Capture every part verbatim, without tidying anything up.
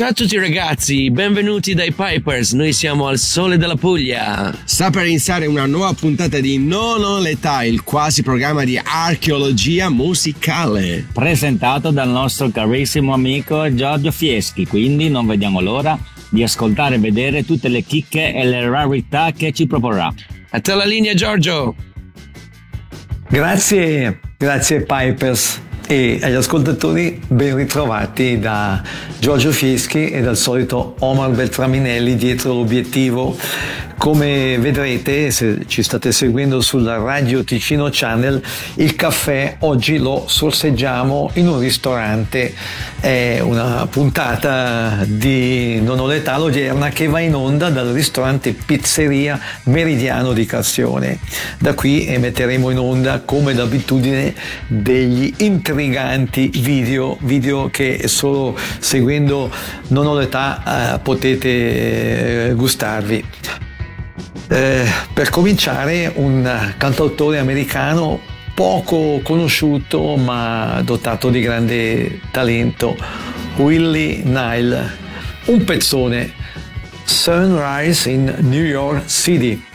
Ciao a tutti ragazzi, benvenuti dai Pipers, noi siamo al Sole della Puglia. Sta per iniziare una nuova puntata di Non ho l'età, il quasi programma di archeologia musicale. Presentato dal nostro carissimo amico Giorgio Fieschi, quindi non vediamo l'ora di ascoltare e vedere tutte le chicche e le rarità che ci proporrà. A te la linea Giorgio. Grazie, grazie Pipers. E agli ascoltatori ben ritrovati da Giorgio Fieschi e dal solito Omar Beltraminelli dietro l'obiettivo. Come vedrete, se ci state seguendo sulla Radio Ticino Channel, il caffè oggi lo sorseggiamo in un ristorante. È una puntata di Non ho l'età odierna che va in onda dal ristorante Pizzeria Meridiano di Castione. Da qui emetteremo in onda, come d'abitudine, degli intriganti video, video che solo seguendo Non ho l'età eh, potete eh, gustarvi. Eh, per cominciare, un cantautore americano poco conosciuto ma dotato di grande talento, Willie Nile. Un pezzone, Sunrise in New York City.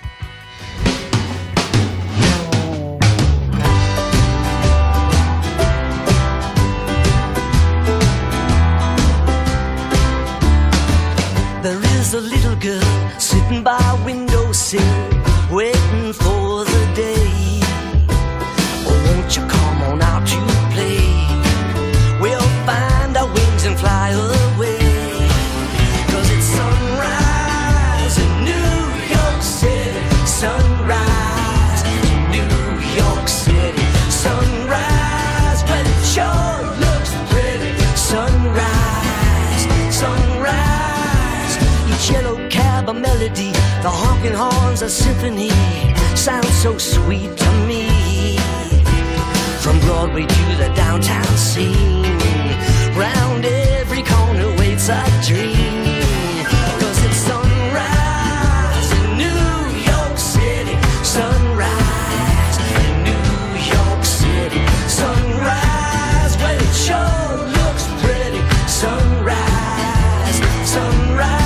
There is a little girl sitting by a windowsill, waiting for the day. Oh, won't you come on out to play? We'll find our wings and fly away. 'Cause it's sunrise in New York City. Sunrise in New York City. Sunrise, but it sure looks pretty. Sunrise, sunrise. Each yellow cab a melody, the honking horns a symphony, sounds so sweet to me. From Broadway to the downtown scene, round every corner waits a dream. 'Cause it's sunrise in New York City. Sunrise in New York City. Sunrise, well it sure looks pretty. Sunrise, sunrise.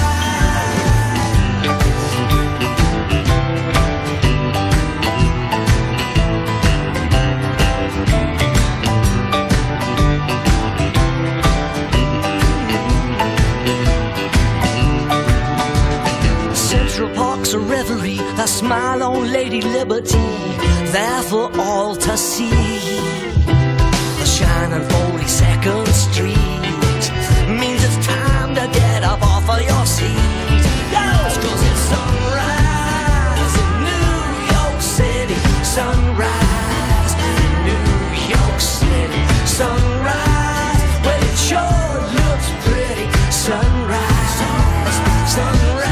Park's a reverie, a smile on Lady Liberty, there for all to see. The shine on forty-second Street means it's time to get up off of your seat. Yes, 'cause it's sunrise in New York City. Sunrise in New York City. Sunrise, well it sure looks pretty. Sunrise, sunrise.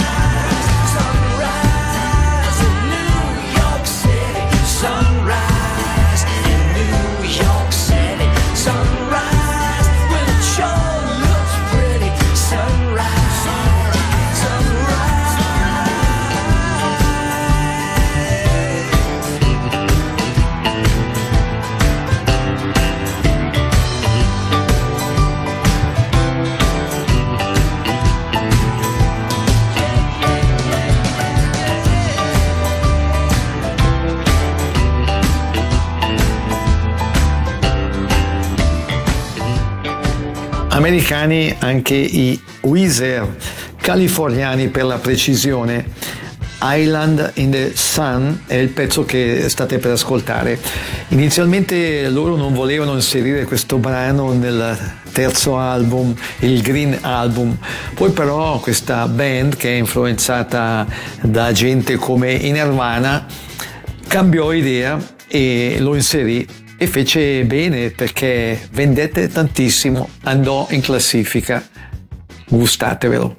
Americani anche i Weezer, californiani per la precisione. Island in the Sun è il pezzo che state per ascoltare. Inizialmente loro non volevano inserire questo brano nel terzo album, il Green Album, poi però questa band, che è influenzata da gente come i Nirvana, cambiò idea e lo inserì. E fece bene, perché vendette tantissimo, andò in classifica. Gustatevelo.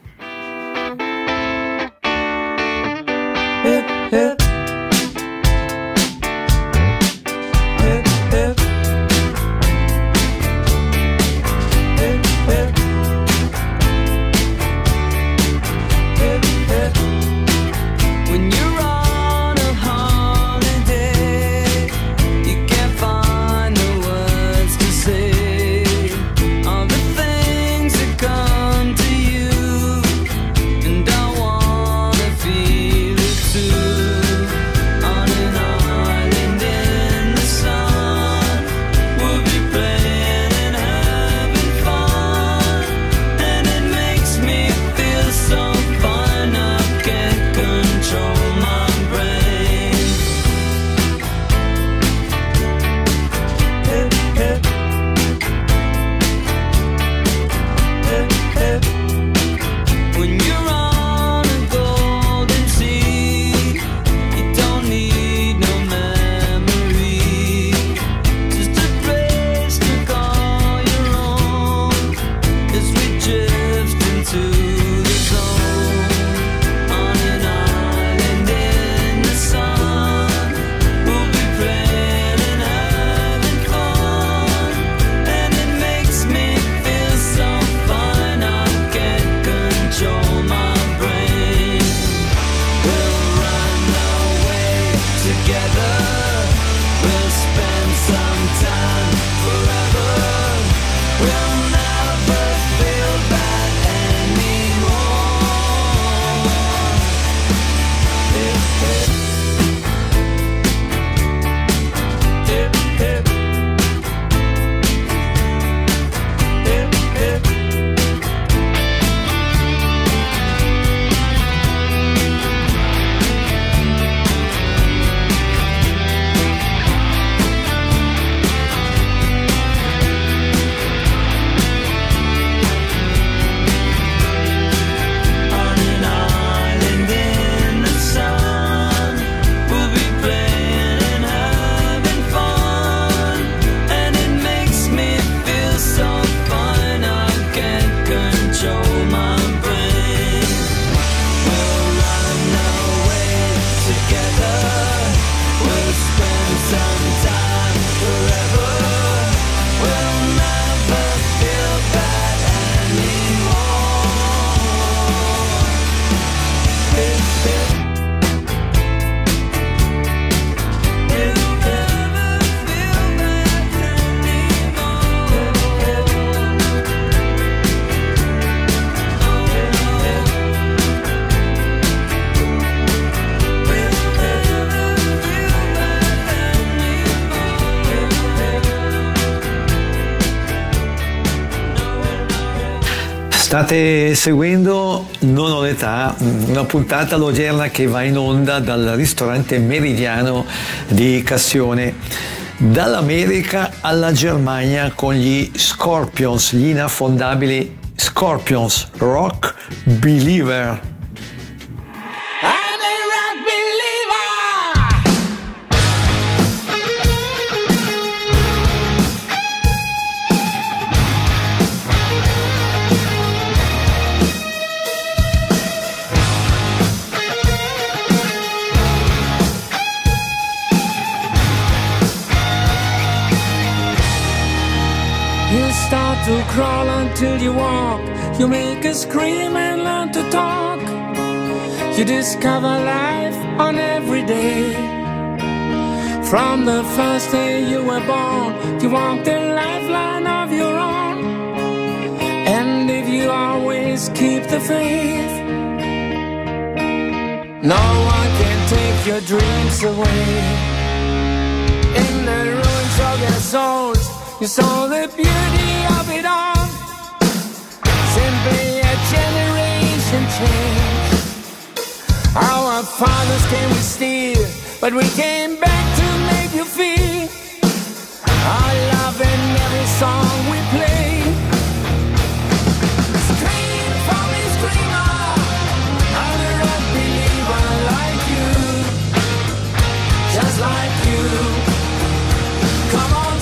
Hip, hip. Hip, hip. Hip, hip. Hip, hip. When you're on a holiday, you can't find the words to say all the things that come State seguendo Non ho l'età, una puntata odierna che va in onda dal ristorante Meridiano di Castione. Dall'America alla Germania con gli Scorpions, gli inaffondabili Scorpions, Rock Believer. To crawl until you walk, you make a scream and learn to talk. You discover life on every day. From the first day you were born, you walk the lifeline of your own. And if you always keep the faith, no one can take your dreams away. In the ruins of your souls, you saw the beauty of it all. Simply a generation change. Our fathers came with steel, but we came back to make you feel our love in every song we play. Scream for me, screamer, I'm a rock believer like you, just like you. Come on,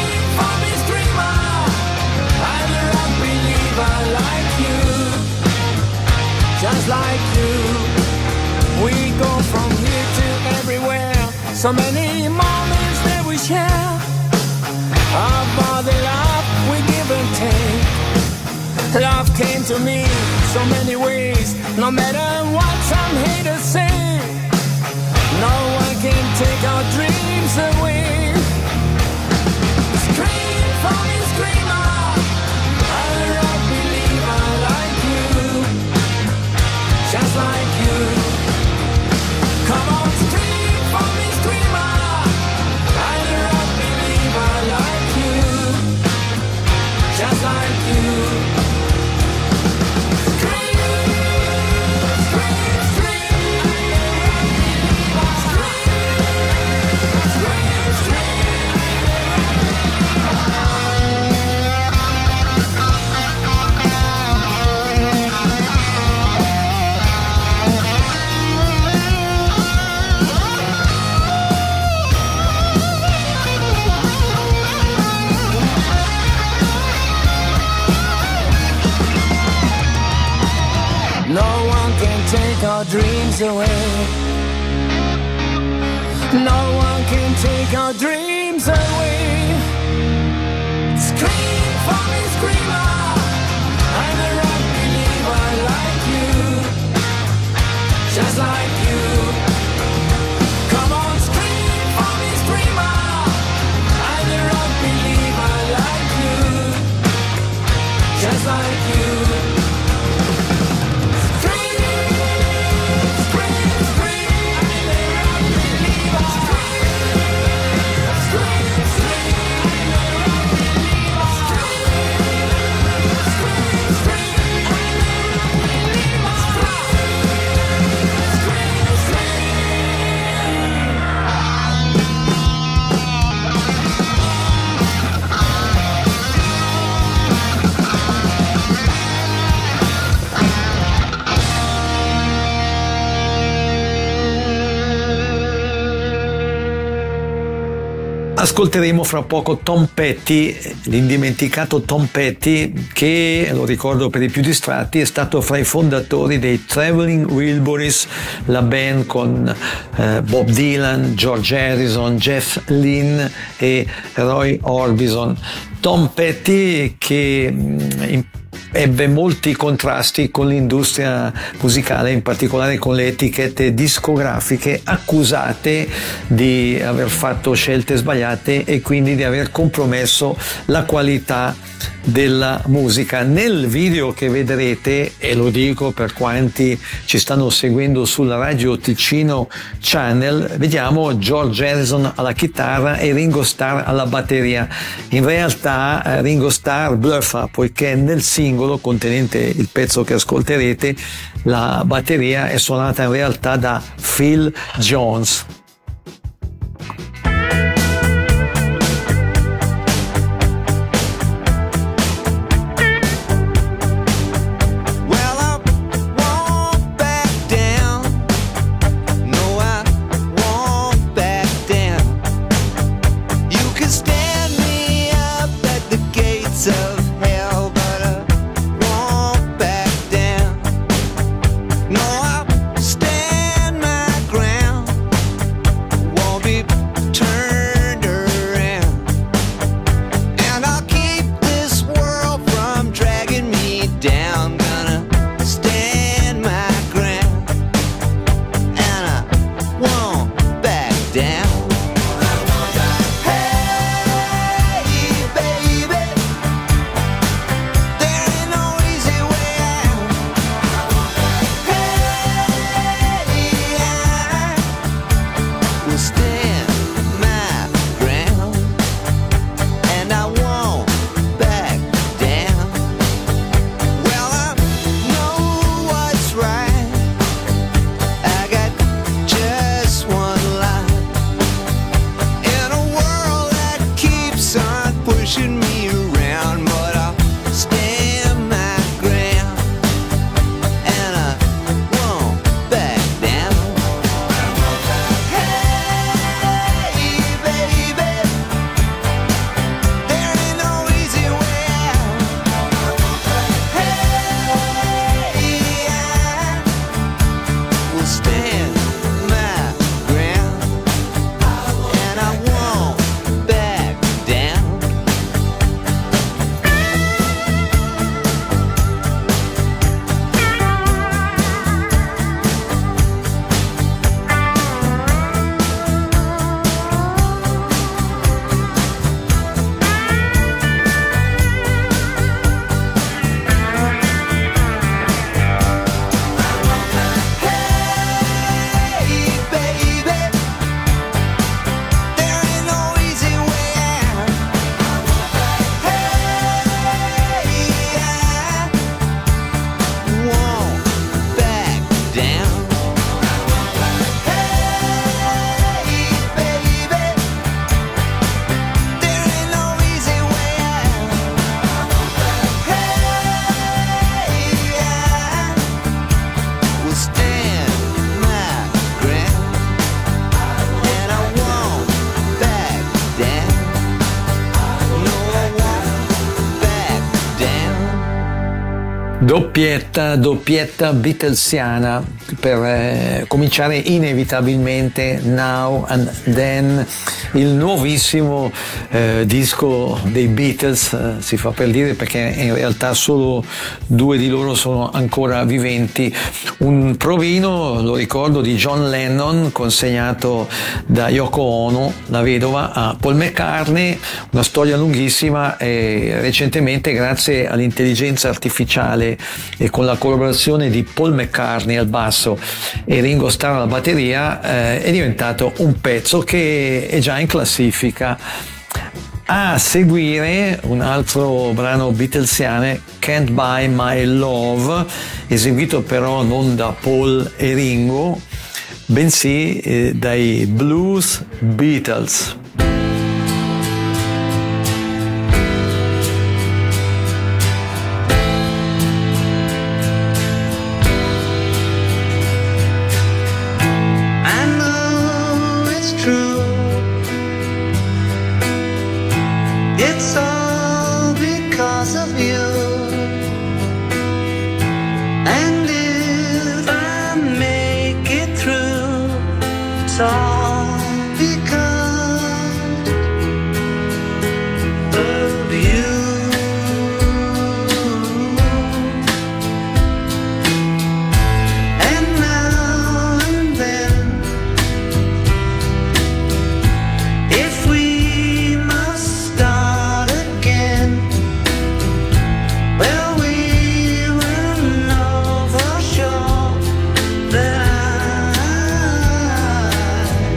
like you, just like you. We go from here to everywhere. So many moments that we share. About the love we give and take. Love came to me so many ways. No matter what some haters say, no one can take our dreams away. Scream for me, screamer, just like you. Come on, scream for me, screamer, I'm a rock believer like you, just like you. Scream, scream, scream, I'm a rock believer. Scream, scream, scream. No one can take our dreams away. No one can take our dreams away. Scream for me, screamer, I'm a rock believer like you, just like you. Come on, scream for me, screamer, I'm a rock believer like you, just like you. Ascolteremo fra poco Tom Petty, l'indimenticato Tom Petty, che, lo ricordo per i più distratti, è stato fra i fondatori dei Traveling Wilburys, la band con eh, Bob Dylan, George Harrison, Jeff Lynne e Roy Orbison. Tom Petty che in ebbe molti contrasti con l'industria musicale, in particolare con le etichette discografiche, accusate di aver fatto scelte sbagliate e quindi di aver compromesso la qualità della musica. Nel video che vedrete, e lo dico per quanti ci stanno seguendo sulla Radio Ticino Channel, vediamo George Harrison alla chitarra e Ringo Starr alla batteria. In realtà Ringo Starr bluffa, poiché nel singolo singolo contenente il pezzo che ascolterete. La batteria è suonata in realtà da Phil Jones. Doppietta, doppietta Beatlesiana per eh, cominciare inevitabilmente Now and Then, il nuovissimo eh, disco dei Beatles, eh, si fa per dire perché in realtà solo due di loro sono ancora viventi. Un provino, lo ricordo, di John Lennon consegnato da Yoko Ono, la vedova, a Paul McCartney, una storia lunghissima, e recentemente, grazie all'intelligenza artificiale e con la collaborazione di Paul McCartney al basso e Ringo Starr alla batteria, eh, è diventato un pezzo che è già in classifica. A seguire un altro brano beatlesiano, Can't Buy My Love, eseguito però non da Paul e Ringo, bensì eh, dai Blues Beatles. That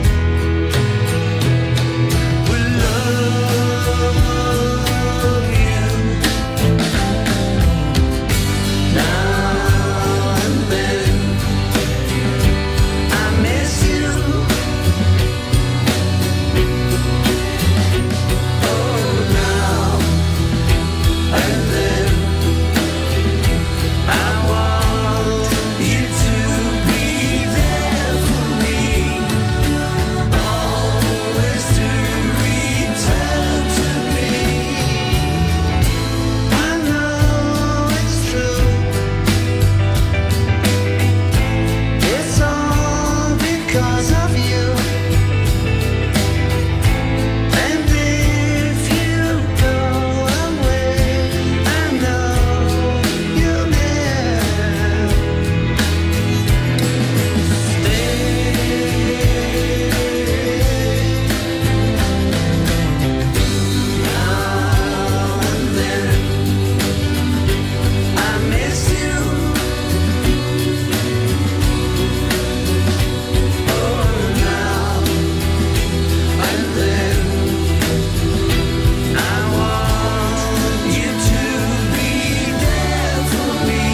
because of you. And if you go away, I know you'll never stay. Now and then I miss you. Oh, now and then I want you to be there for me.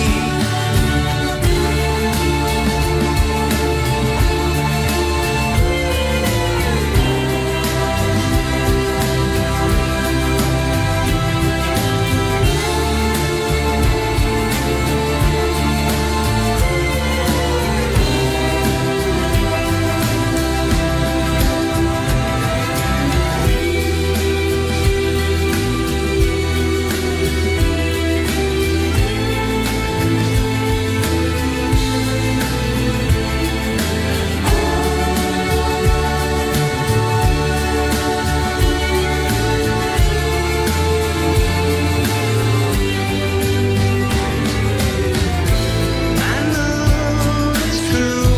I know it's true.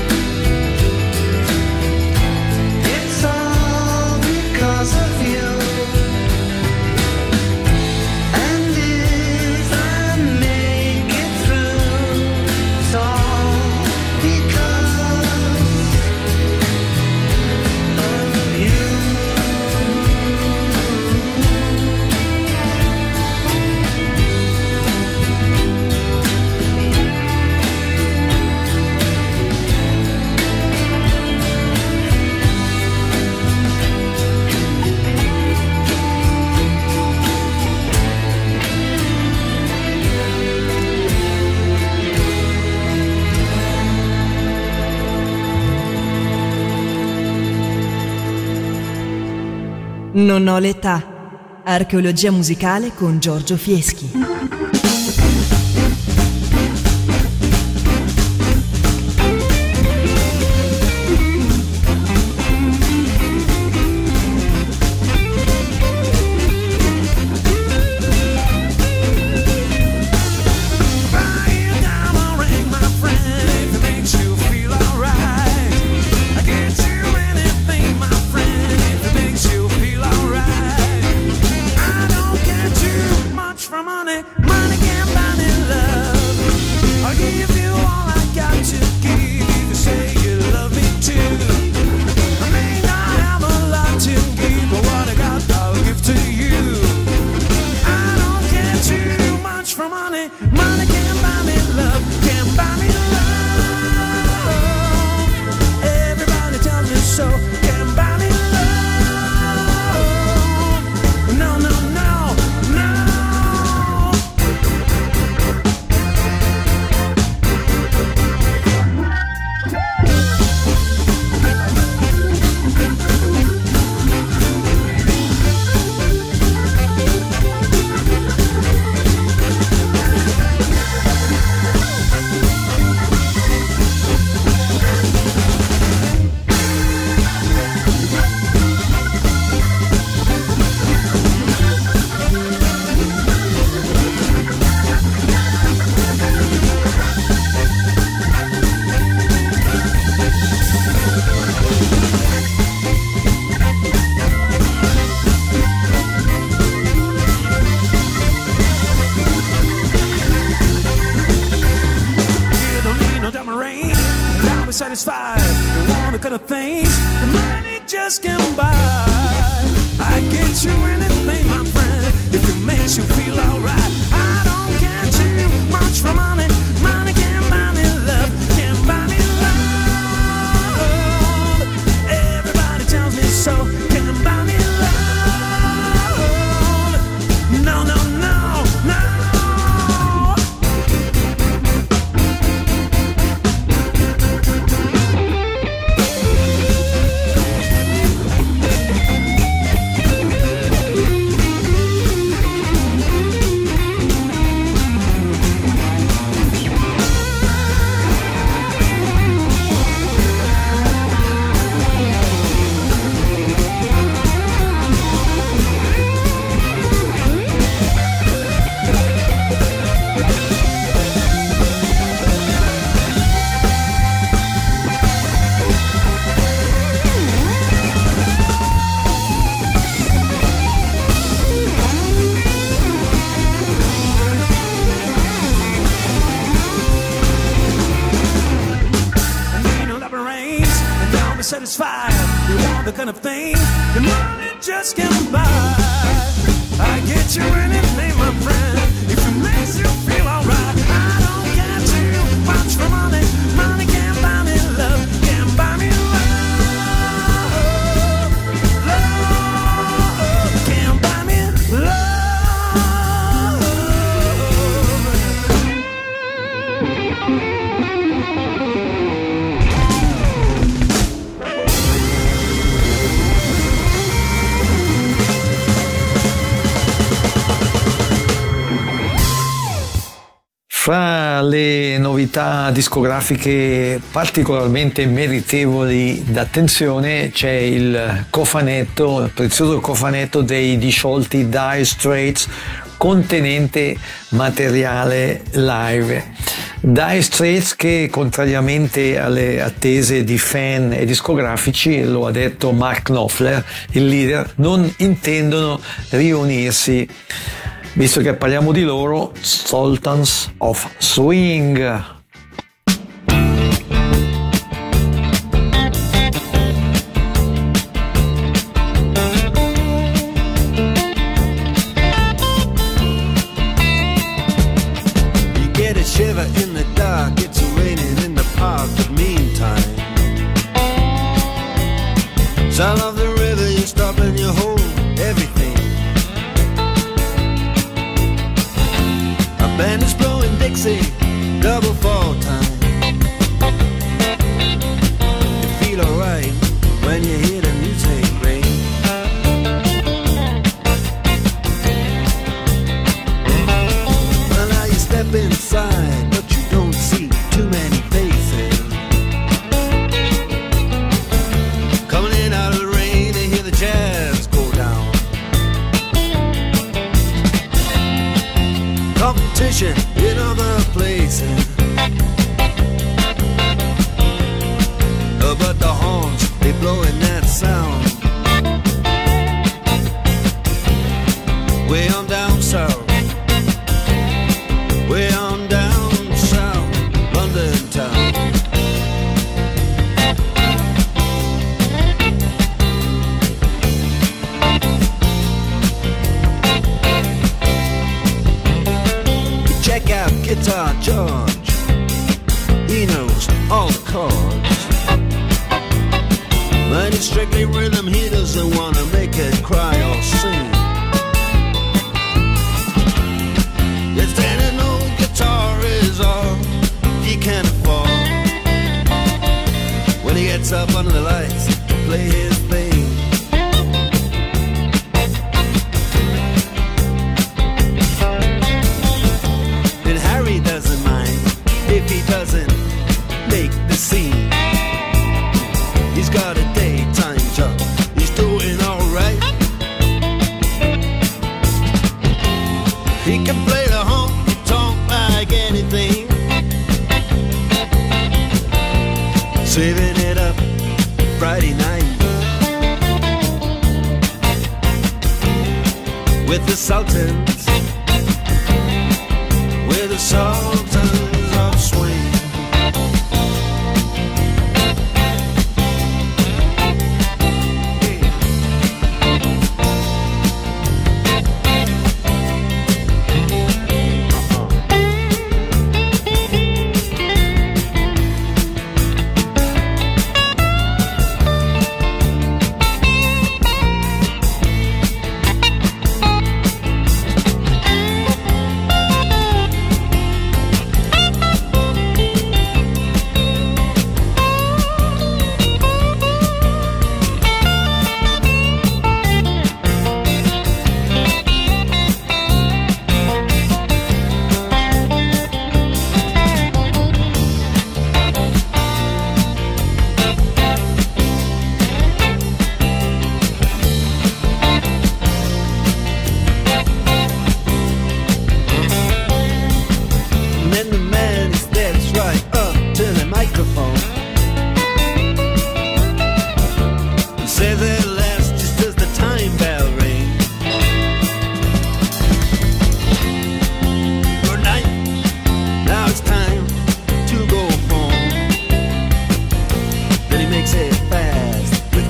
It's all because of you. And if I make it through, it's all because of you. Non ho l'età. Archeologia musicale con Giorgio Fieschi. Satisfied, you want the kind of things the money just can't buy. I get you anything, my friend, if it makes you feel alright. I don't care too much for money. Money can't buy me love, can't buy me love. Everybody tells me so, can't buy me love. No, no, no, no. satisfied. You want the kind of thing the money just can't buy. I get you anything, my friend, if it makes you feel alright. I don't care too much for money. Money can't buy me love, can't buy me love. Love can't buy me love. Fra le novità discografiche particolarmente meritevoli d'attenzione c'è il cofanetto, il prezioso cofanetto dei disciolti Dire Straits contenente materiale live. Dire Straits che, contrariamente alle attese di fan e discografici, lo ha detto Mark Knopfler, il leader, non intendono riunirsi. Visto che parliamo di loro, Sultans of Swing. You get a shiver in the dark, it's raining in the park, but meantime, sound of the river, you stop and you hold everything. Band is blowing Dixie, double fall time. You feel alright when you hear the music ring. Well, now you step inside, but you don't see too many faces. Coming in out of the rain to hear the jazz go down. Competition in other places, uh, but the horns, they blowing that sound. Way on down south, way on down south, London town. Check out Guitar George, he knows all the chords. But it's strictly rhythm, he doesn't wanna make it cry or sing. If then an old guitar is all he can afford, when he gets up under the lights to play his thing. Harry doesn't mind if he doesn't make the scene. He's got a daytime job, he's doing alright. He can play the honky-tonk like anything, saving it up Friday night with the Sultans, with the Sultans of Swing.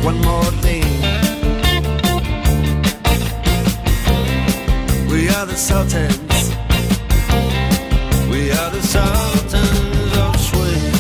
one more thing. We are the Sultans. We are the Sultans of swing.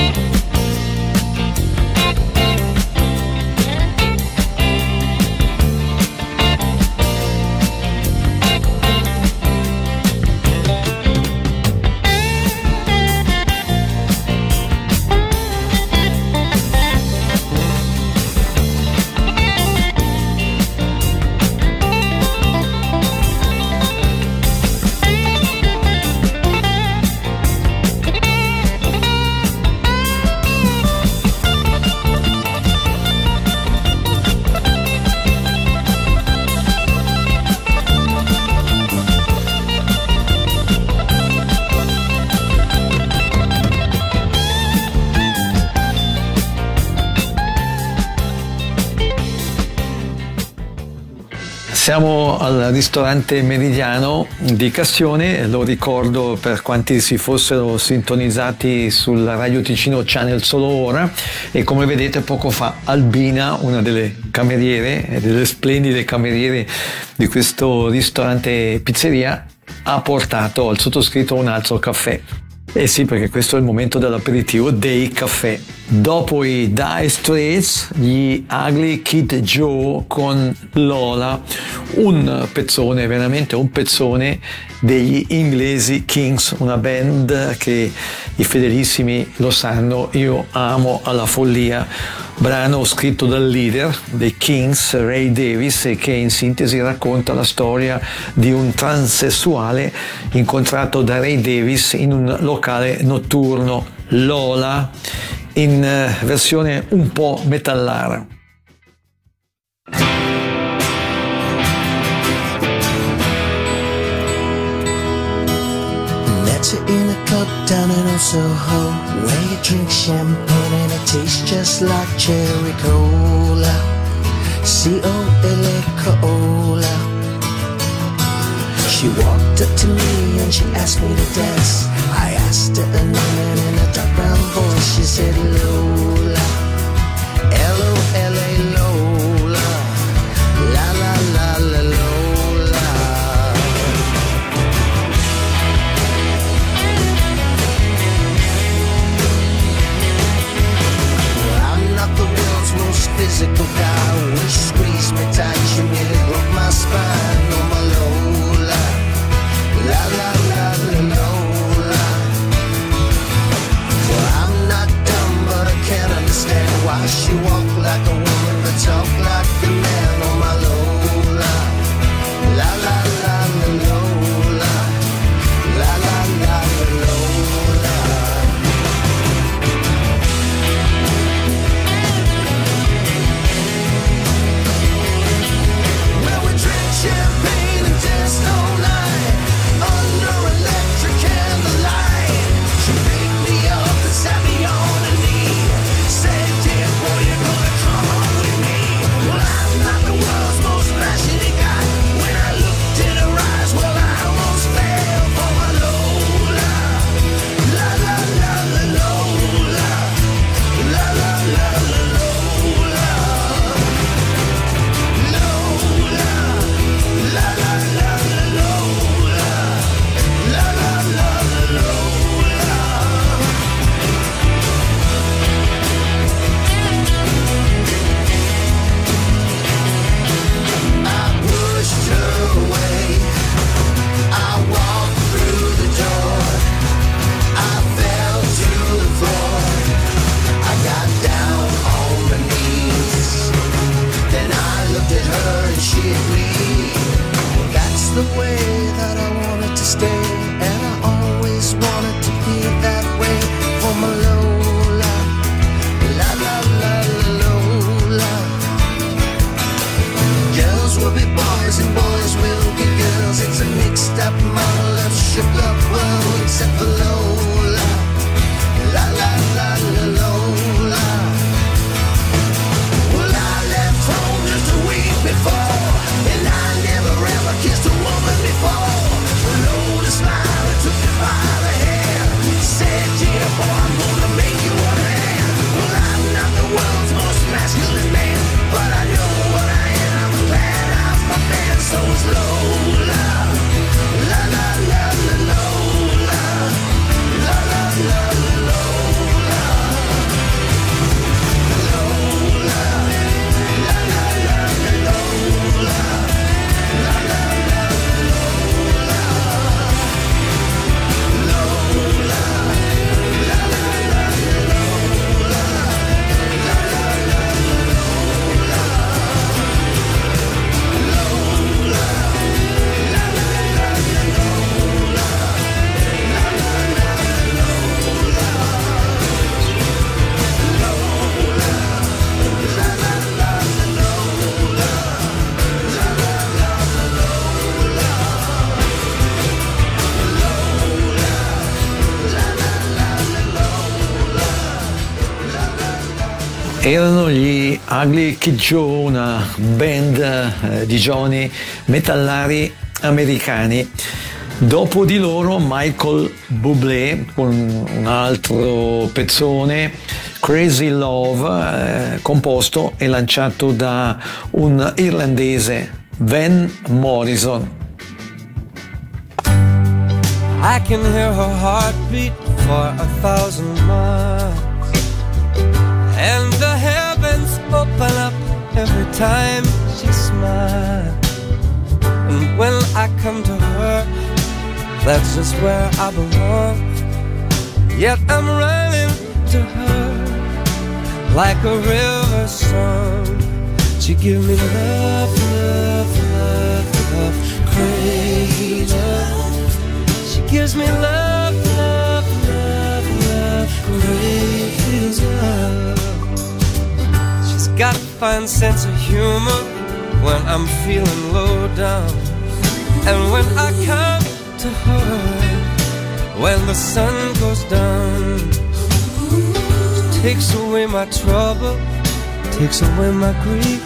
Siamo al ristorante Meridiano di Castione, lo ricordo per quanti si fossero sintonizzati sul Radio Ticino Channel solo ora, e come vedete poco fa Albina, una delle cameriere, delle splendide cameriere di questo ristorante pizzeria, ha portato al sottoscritto un altro caffè. Eh sì, perché questo è il momento dell'aperitivo dei caffè. Dopo i Dire Straits, gli Ugly Kid Joe con Lola, un pezzone, veramente un pezzone degli inglesi Kings, una band che i fedelissimi lo sanno, io amo alla follia. Brano scritto dal leader dei Kings, Ray Davies, e che in sintesi racconta la storia di un transessuale incontrato da Ray Davies in un locale notturno, Lola, in versione un po' metallara. Met you in a club down in Old Soho, where you drink champagne and it tastes just like cherry cola. C O L A Cola. She walked up to me and she asked me to dance. I asked her her name, and in a dark brown voice she said Lola, L O L A Lola, la la la la Lola. Well, I'm not the world's most physical guy. When you squeeze me tight, you nearly broke my spine. Oh my Lola, la la la la Lola. Well, I'm not dumb, but Erano gli Ugly Kid Joe, una band eh, di giovani metallari americani. Dopo di loro Michael Bublé con un altro pezzone, Crazy Love, eh, composto e lanciato da un irlandese, Van Morrison. I can hear her heartbeat for a thousand miles, and the heavens open up every time she smiles. And when I come to her, that's just where I belong. Yet I'm running to her like a river song. She give me love, love, love, love, crazy love. She gives me love, love, love, love, crazy love. She's got a fine sense of humor when I'm feeling low down, and when I come to her, when the sun goes down, she takes away my trouble, takes away my grief,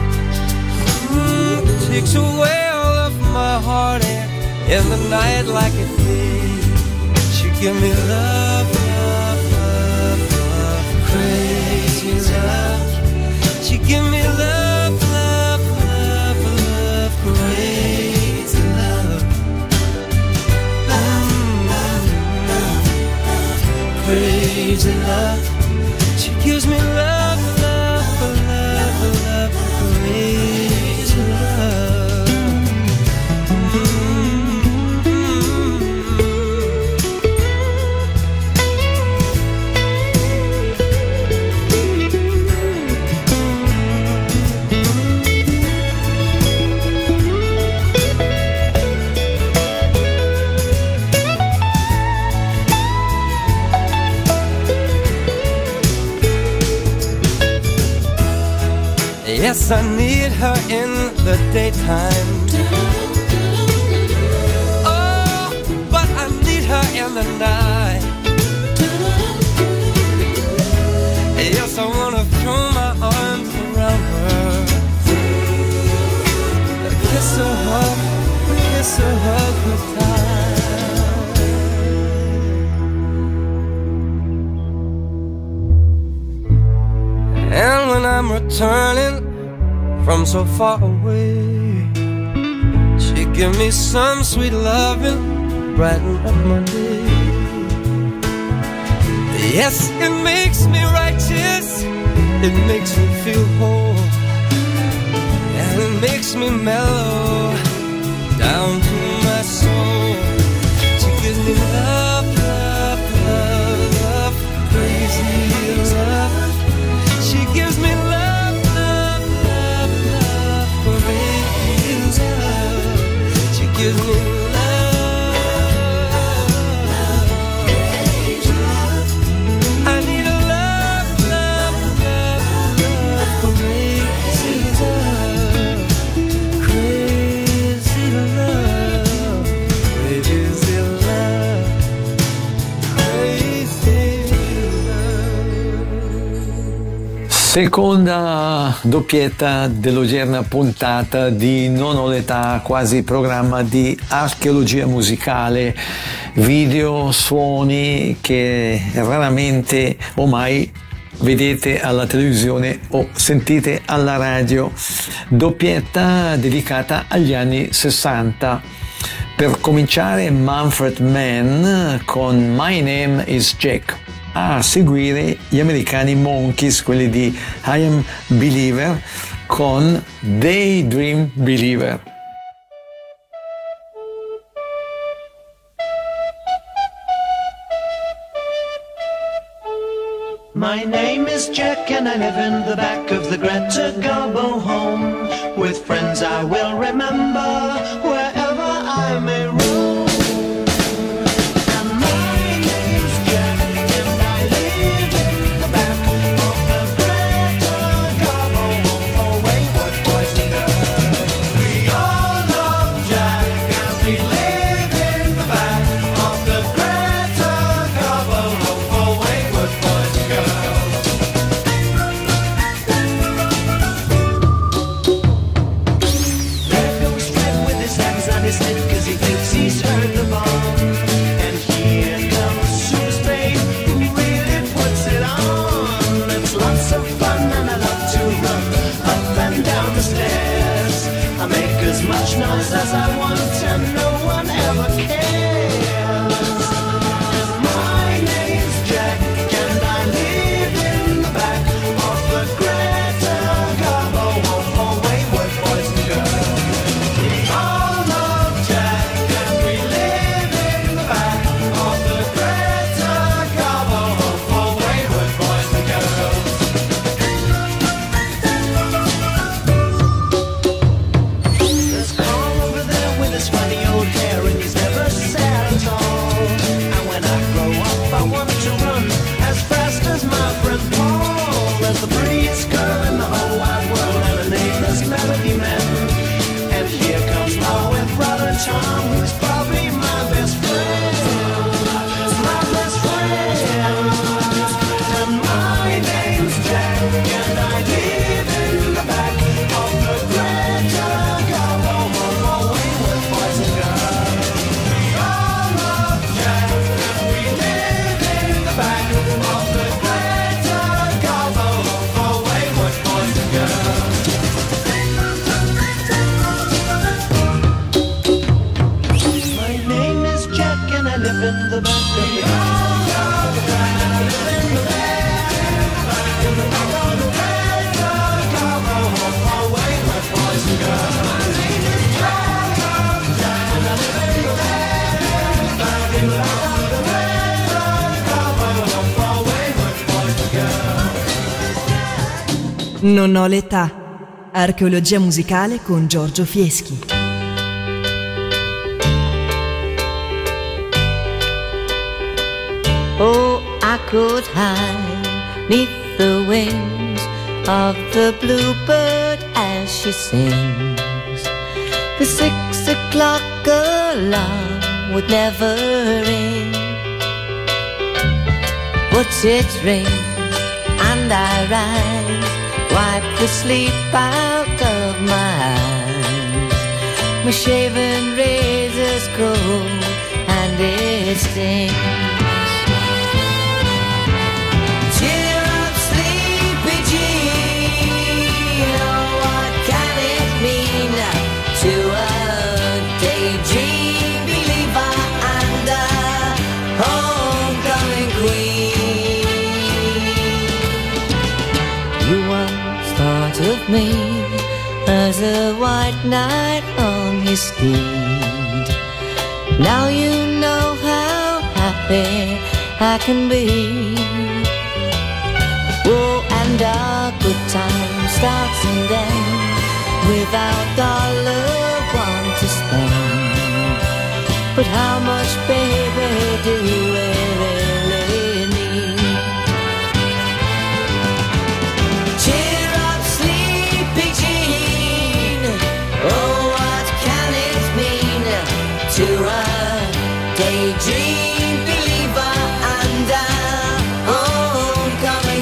mm, takes away all of my heartache in the night like a thief. She give me love, love, love, love, crazy love. She give me love, love, love, love, crazy love. Crazy love. She gives me love, love, love, love, crazy love. Yes, I need her in the daytime. Oh, but I need her in the night. Yes, I wanna throw my arms around her, kiss her, hug, kiss her, hug her tight. And when I'm returning from so far away, she give me some sweet loving, brighten up my day. Yes, it makes me righteous, it makes me feel whole, and it makes me mellow down to my soul. She gives me love, love, love, love, crazy love. She gives me love, gives me love, I need a love, love, love, love, crazy love, crazy love, crazy love, crazy love. Seconda doppietta dell'odierna puntata di Non ho l'età, quasi programma di archeologia musicale, video, suoni che raramente o mai vedete alla televisione o sentite alla radio. Doppietta dedicata agli anni sessanta. Per cominciare Mumford Man con My Name is Jack. A seguire gli americani Monkees, quelli di I Am Believer, con Daydream Believer. My name is Jack and I live in the back of the Greta Garbo home, with friends I will remember wherever I may roam. twice as I want and no one ever cares. My name's Jack and I live in the back of the Greta Garbo home for wayward boys and girls. We all love Jack and we live in the back of the Greta Garbo home for wayward boys and girls. There's Carl over there with his funny old hair and he's never sad at all. And when I grow up I want to run as fast as my friend Paul. There's the prettiest girl in the whole wide world and her name is Melody Man. And here comes my wet brother Tom, who's probably my best friend. My best friend. And my name's Jack and I live in the back of the Greta Garbo home for wayward boys and girls. We all love Jack and we live in the back of the Greta Garbo home for wayward boys and girls. My name is Jack and I live in the back of the Greta Garbo home for wayward boys and girls. My name is Jack and I live in the back of the Greta Garbo home for wayward boys and girls. Non ho l'età. Archeologia musicale con Giorgio Fieschi. Oh, I could hide neath the wings of the bluebird as she sings. The six o'clock alarm would never ring, but it rings and I rise, wipe the sleep out of my eyes. My shaven razor's cold and it stings. Cheer up, sleepy Jean. Oh, what can it mean to a daydream believer and a homecoming queen? You once thought of me as a white knight on his steed. Now you know how happy I can be. Oh, and our good time starts and ends without dollar one to spend. But how much, baby, do we really need? Cheer up, sleepy Jean. Oh, what can it mean to a daydream believer and a homecoming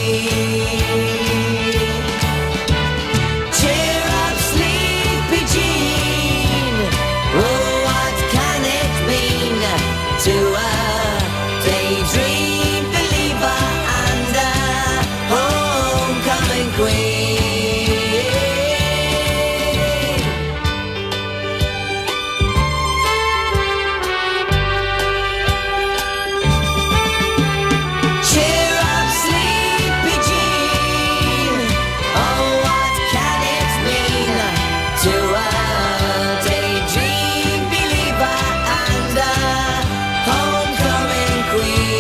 queen? Cheer up, sleepy Jean. Oh, what can it mean to a daydream believer and a homecoming queen? Cheer up, sleepy Jean. Oh, what can it mean to a daydream believer and a homecoming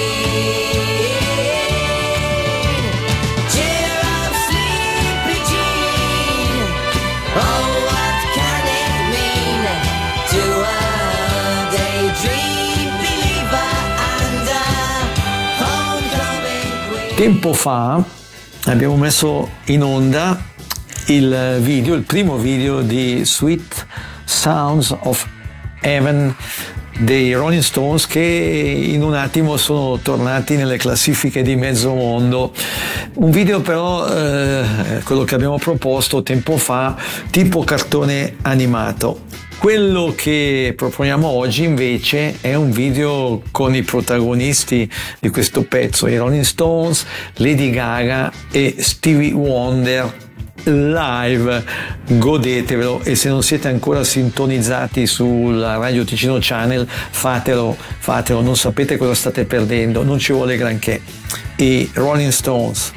queen? Cheer up, sleepy Jean. Oh, what can it mean to a daydream believer and a homecoming queen? Tempo fa abbiamo messo in onda il video, il primo video di Sweet Sounds of Heaven dei Rolling Stones, che in un attimo sono tornati nelle classifiche di mezzo mondo. Un video però, eh, quello che abbiamo proposto tempo fa, tipo cartone animato. Quello che proponiamo oggi invece è un video con i protagonisti di questo pezzo, i Rolling Stones, Lady Gaga e Stevie Wonder. live, godetevelo, e se non siete ancora sintonizzati sulla Radio Ticino Channel fatelo, fatelo, non sapete cosa state perdendo, non ci vuole granché. I Rolling Stones.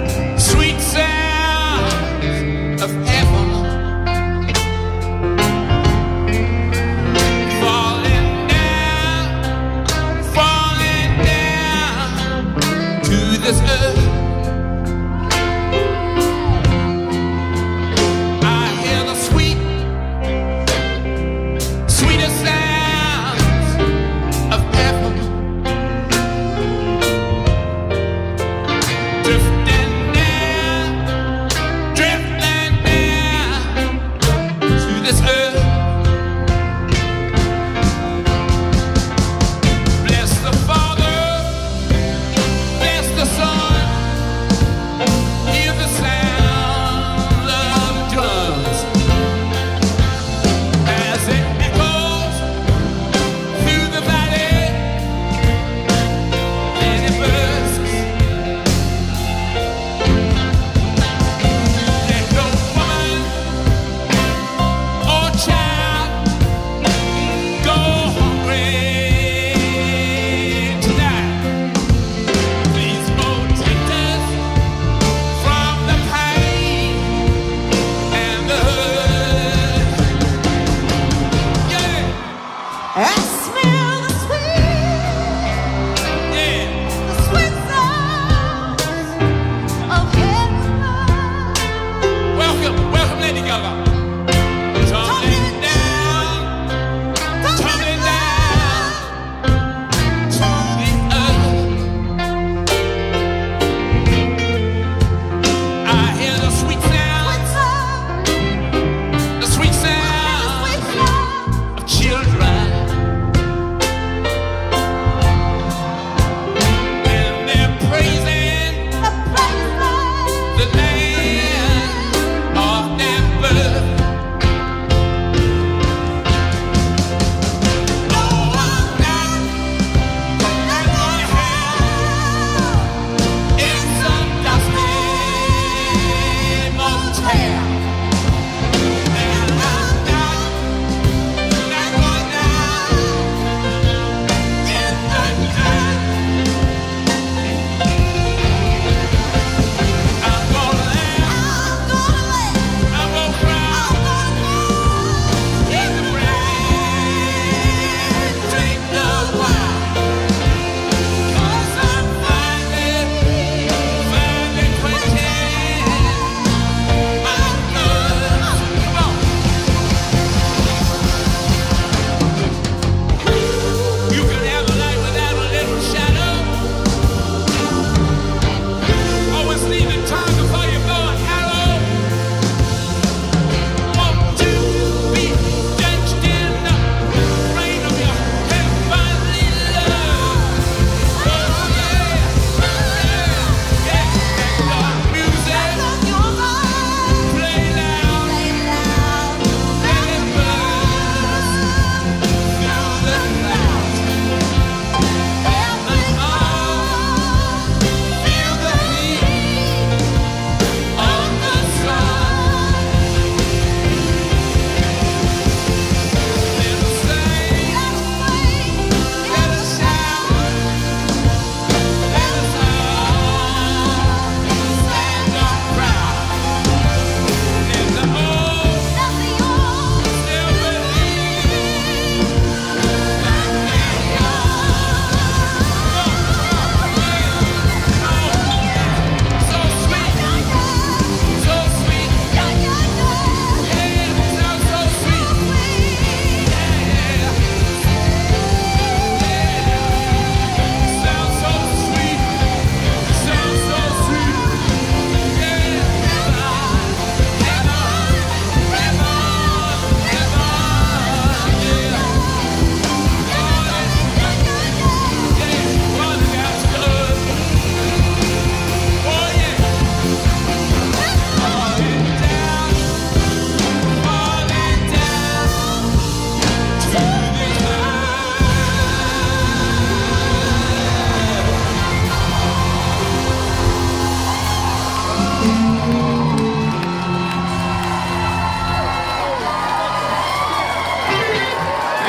Sweet sound of heaven.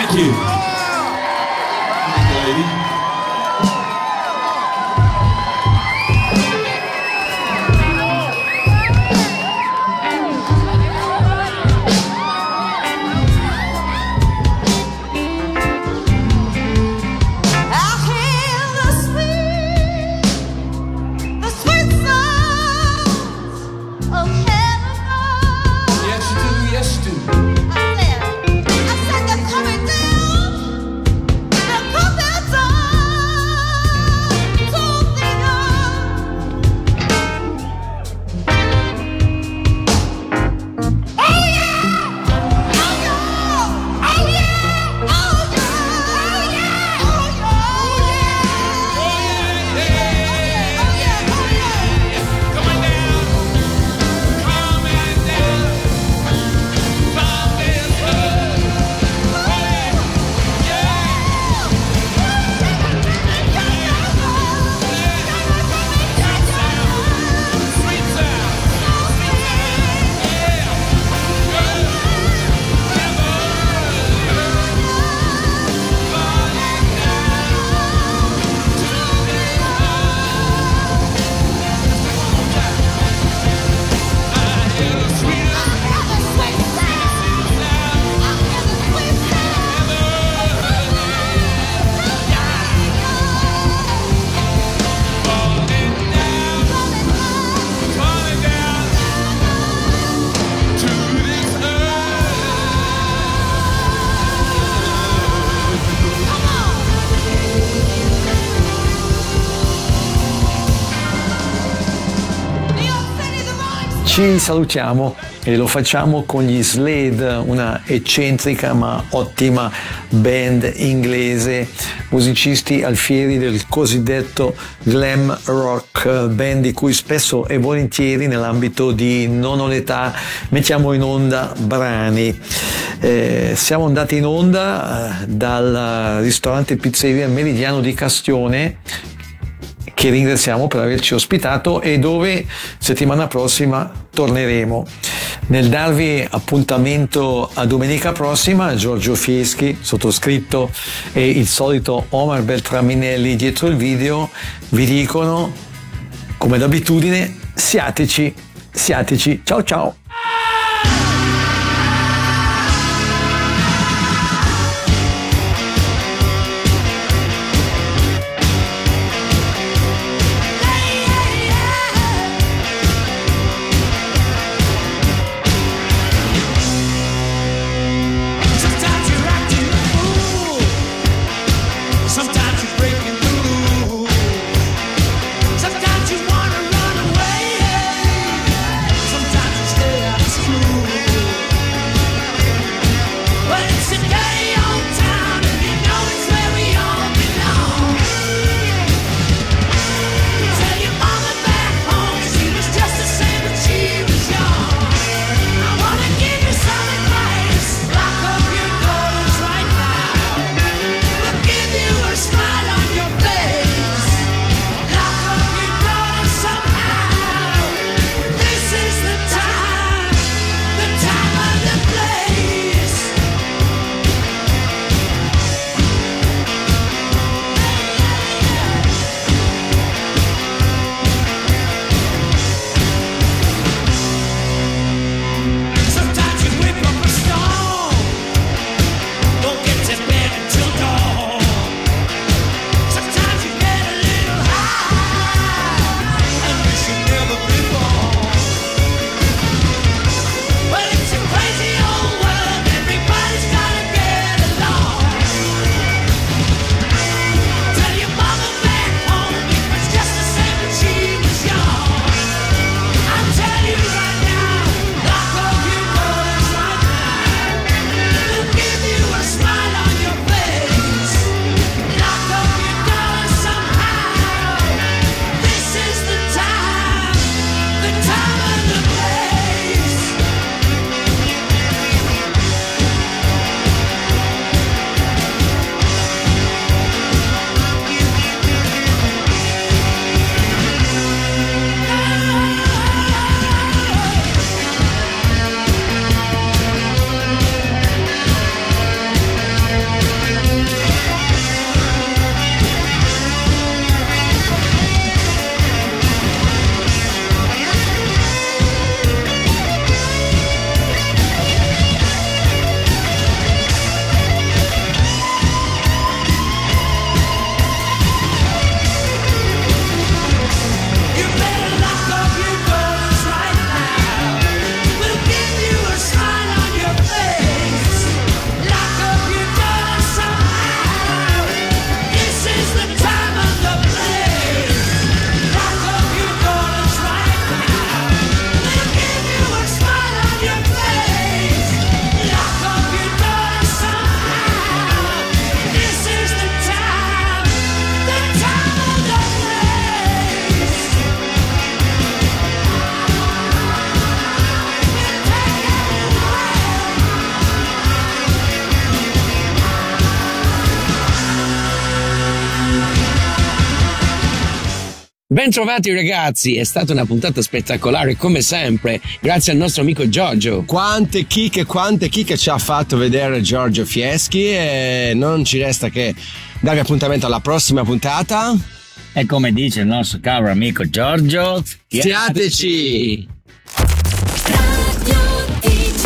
Thank you. Thank you, lady. Ci salutiamo e lo facciamo con gli Slade, una eccentrica ma ottima band inglese, musicisti alfieri del cosiddetto glam rock, band di cui spesso e volentieri nell'ambito di Non ho l'età mettiamo in onda brani. Eh, siamo andati in onda eh, dal ristorante pizzeria Meridiano di Castione, che ringraziamo per averci ospitato e dove settimana prossima torneremo. Nel darvi appuntamento a domenica prossima, Giorgio Fieschi, sottoscritto, e il solito Omar Beltraminelli dietro il video vi dicono, come d'abitudine, siateci, siateci, ciao ciao! Sometimes you wanna run away, sometimes you stay Bentrovati ragazzi, è stata una puntata spettacolare come sempre, grazie al nostro amico Giorgio. Quante chicche, quante chicche ci ha fatto vedere Giorgio Fieschi, e non ci resta che darvi appuntamento alla prossima puntata. E come dice il nostro caro amico Giorgio, Siateci!